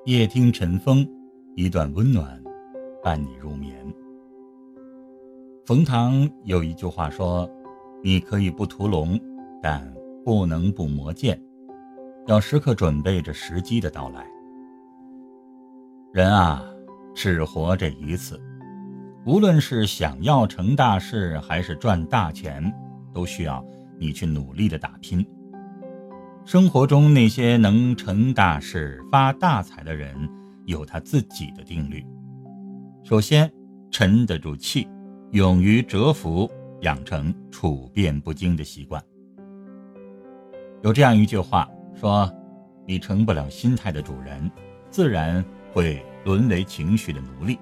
夜听晨风，一段温暖伴你入眠。冯唐有一句话说，你可以不屠龙，但不能不磨剑，要时刻准备着时机的到来。人啊，只活这一次，无论是想要成大事还是赚大钱，都需要你去努力的打拼。生活中那些能成大事发大财的人，有他自己的定律。首先，沉得住气，勇于蛰伏，养成处变不惊的习惯。有这样一句话说，你成不了心态的主人，自然会沦为情绪的奴隶。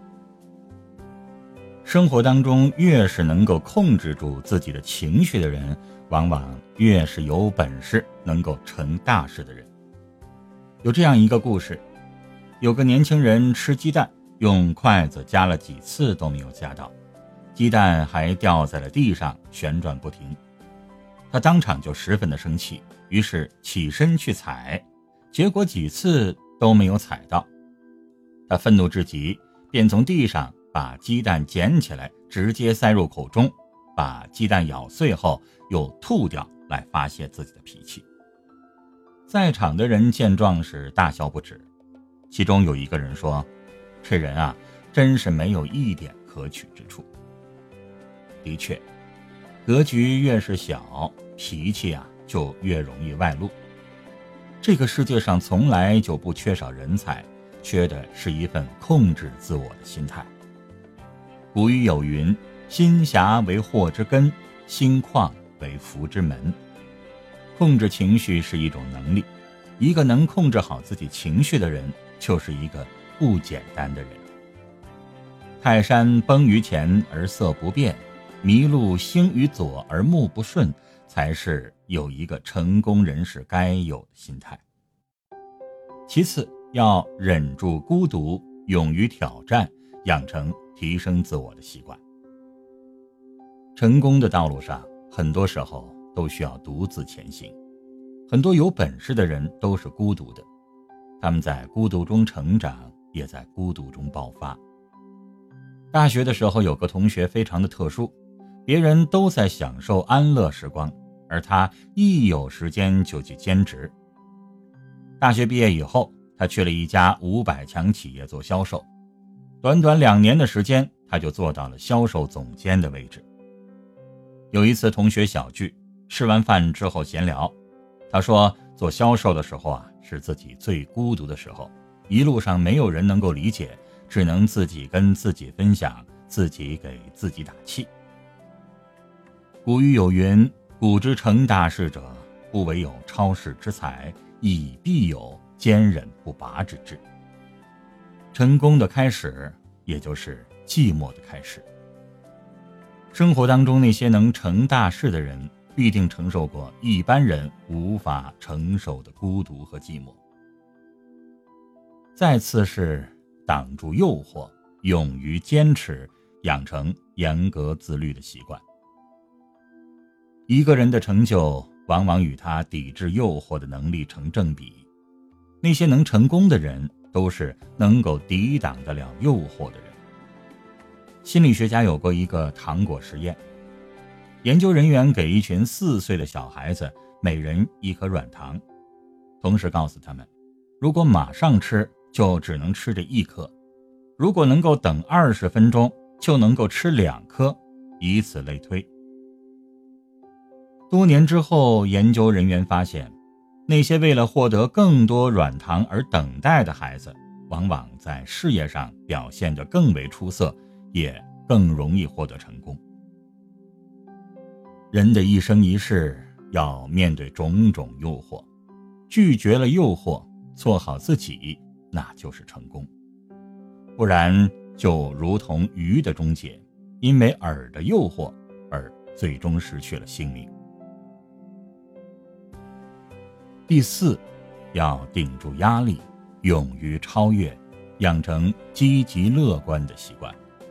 生活当中越是能够控制住自己的情绪的人，往往越是有本事能够成大事的人。有这样一个故事，有个年轻人吃鸡蛋，用筷子夹了几次都没有夹到，鸡蛋还掉在了地上旋转不停。他当场就十分的生气，于是起身去踩，结果几次都没有踩到。他愤怒至极，便从地上把鸡蛋捡起来，直接塞入口中，把鸡蛋咬碎后又吐掉，来发泄自己的脾气。在场的人见状是大笑不止，其中有一个人说，这人啊，真是没有一点可取之处。的确，格局越是小，脾气啊就越容易外露。这个世界上从来就不缺少人才，缺的是一份控制自我的心态。古语有云，心狭为祸之根，心旷为福之门。控制情绪是一种能力，一个能控制好自己情绪的人，就是一个不简单的人。泰山崩于前而色不变，麋鹿兴于左而目不顺，才是有一个成功人士该有的心态。其次，要忍住孤独，勇于挑战，养成提升自我的习惯。成功的道路上，很多时候都需要独自前行。很多有本事的人都是孤独的，他们在孤独中成长，也在孤独中爆发。大学的时候，有个同学非常的特殊，别人都在享受安乐时光，而他一有时间就去兼职。大学毕业以后，他去了一家500强企业做销售，短短2年的时间，他就做到了销售总监的位置。有一次同学小聚，吃完饭之后闲聊，他说做销售的时候啊，是自己最孤独的时候，一路上没有人能够理解，只能自己跟自己分享，自己给自己打气。古语有云，古之成大事者，不惟有超世之才，亦必有坚韧不拔之志。成功的开始，也就是寂寞的开始。生活当中那些能成大事的人，必定承受过一般人无法承受的孤独和寂寞。再次是挡住诱惑，勇于坚持，养成严格自律的习惯。一个人的成就往往与他抵制诱惑的能力成正比。那些能成功的人，都是能够抵挡得了诱惑的人。心理学家有过一个糖果实验，研究人员给一群4岁的小孩子每人1颗软糖，同时告诉他们，如果马上吃，就只能吃这1颗，如果能够等20分钟，就能够吃2颗，以此类推。多年之后，研究人员发现，那些为了获得更多软糖而等待的孩子，往往在事业上表现得更为出色，也更容易获得成功。人的一生一世要面对种种诱惑，拒绝了诱惑，做好自己，那就是成功。不然就如同鱼的终结，因为饵的诱惑而最终失去了性命。第4，要顶住压力，勇于超越，养成积极乐观的习惯。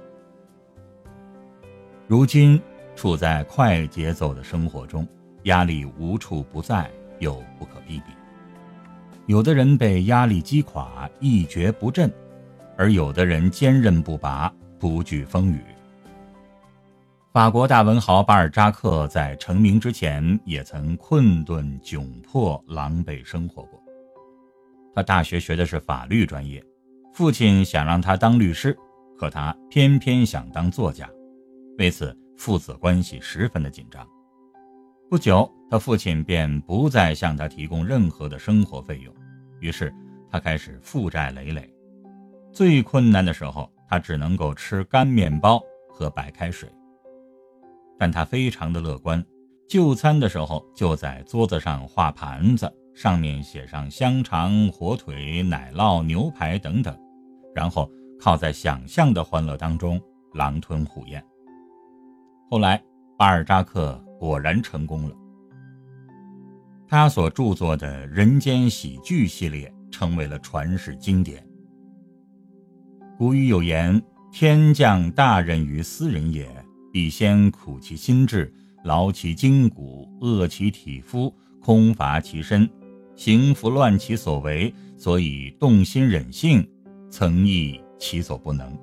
如今处在快节奏的生活中，压力无处不在，又不可避免。 有的人被压力击垮，一蹶不振，而有的人坚韧不拔，不惧风雨。法国大文豪巴尔扎克在成名之前也曾困顿、窘迫、狼狈生活过。他大学学的是法律专业，父亲想让他当律师，可他偏偏想当作家，为此父子关系十分的紧张。不久，他父亲便不再向他提供任何的生活费用，于是他开始负债累累。最困难的时候，他只能够吃干面包、喝白开水。但他非常的乐观，就餐的时候就在桌子上画盘子，上面写上香肠、火腿、奶酪、牛排等等，然后靠在想象的欢乐当中狼吞虎咽。后来巴尔扎克果然成功了，他所著作的《人间喜剧》系列成为了传世经典。古语有言，天降大任于斯人也，必先苦其心志，劳其筋骨，饿其体肤，空乏其身，行拂乱其所为，所以动心忍性，曾益其所不能。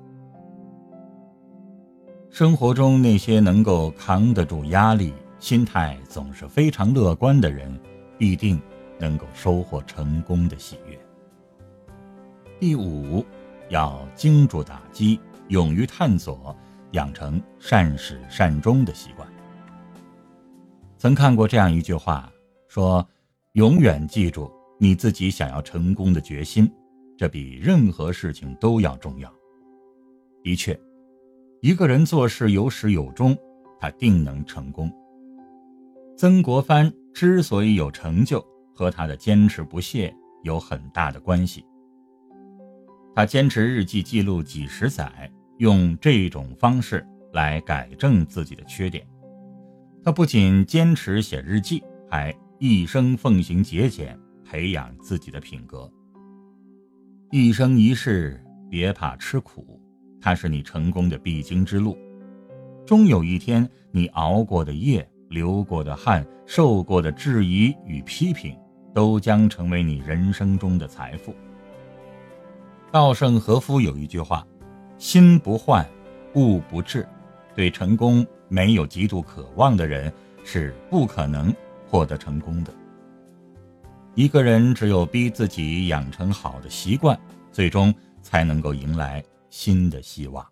生活中那些能够扛得住压力，心态总是非常乐观的人，必定能够收获成功的喜悦。第五，要经住打击，勇于探索，养成善始善终的习惯。曾看过这样一句话，说永远记住你自己想要成功的决心，这比任何事情都要重要。的确，一个人做事有始有终，他定能成功。曾国藩之所以有成就，和他的坚持不懈有很大的关系。他坚持日记记录几十载，用这种方式来改正自己的缺点。他不仅坚持写日记，还一生奉行节俭，培养自己的品格。一生一世，别怕吃苦，它是你成功的必经之路。终有一天，你熬过的夜，流过的汗，受过的质疑与批评，都将成为你人生中的财富。稻盛和夫有一句话，心不换，物不至。对成功没有极度渴望的人，是不可能获得成功的。一个人只有逼自己养成好的习惯，最终才能够迎来新的希望。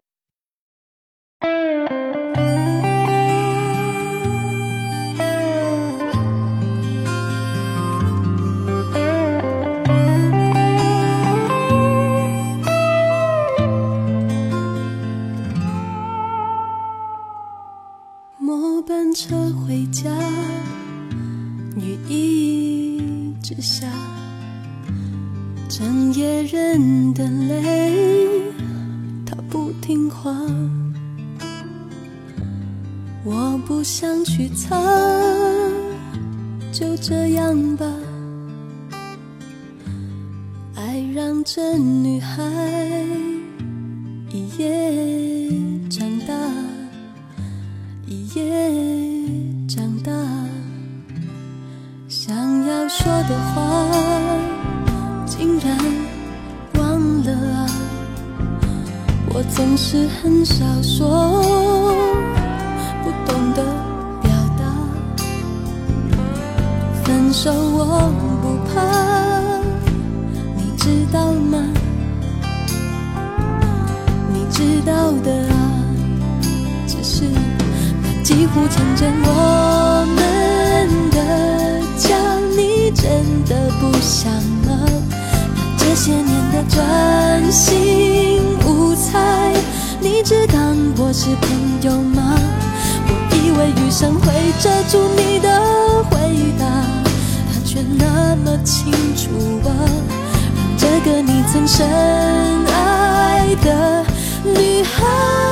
末班车回家，雨一直下，整夜人的泪它不听话，我不想去擦，就这样吧。爱让这女孩一夜长大，一夜长大，想要说的话竟然忘了啊。我总是很少说，不懂得表达，分手我不怕，你知道吗？你知道的啊，只是几乎成真我们的家，你真的不想吗？把这些年的专心无猜，你只当我是朋友吗？我以为余生会遮住你的回答，它却那么清楚啊，让这个你曾深爱的女孩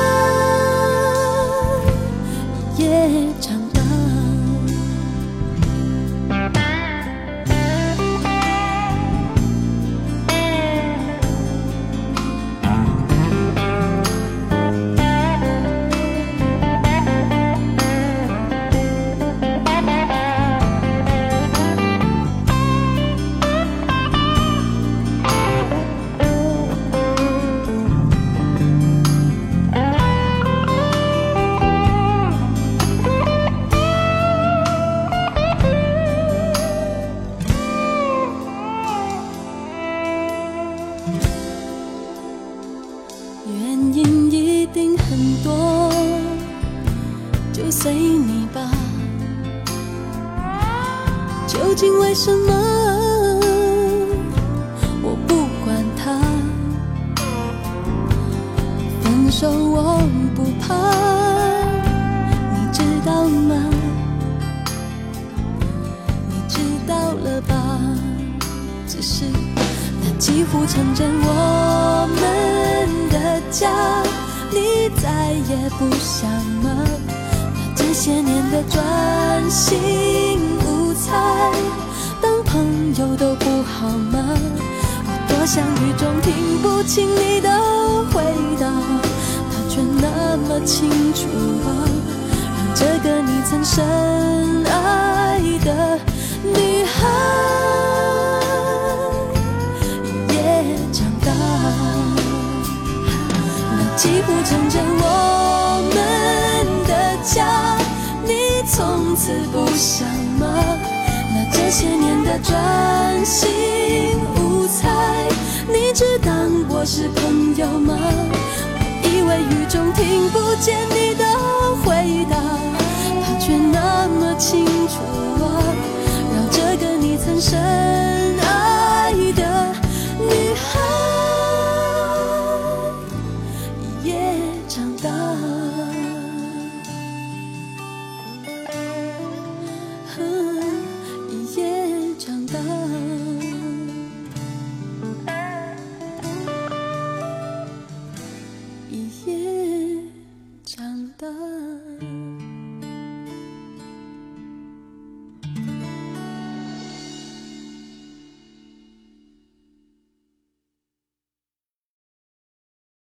也长大。 只是那几乎成真我们的家，你再也不想吗？那这些年的专心无猜，当朋友都不好吗？我多想雨中听不清你的回答，它却那么清楚啊，让这个你曾深爱的女孩也长大。那几乎成真我们的家，你从此不想吗？那这些年的专心无猜，你只当我是朋友吗？我以为雨中听不见你的回答，它却那么清楚啊，让这个你曾深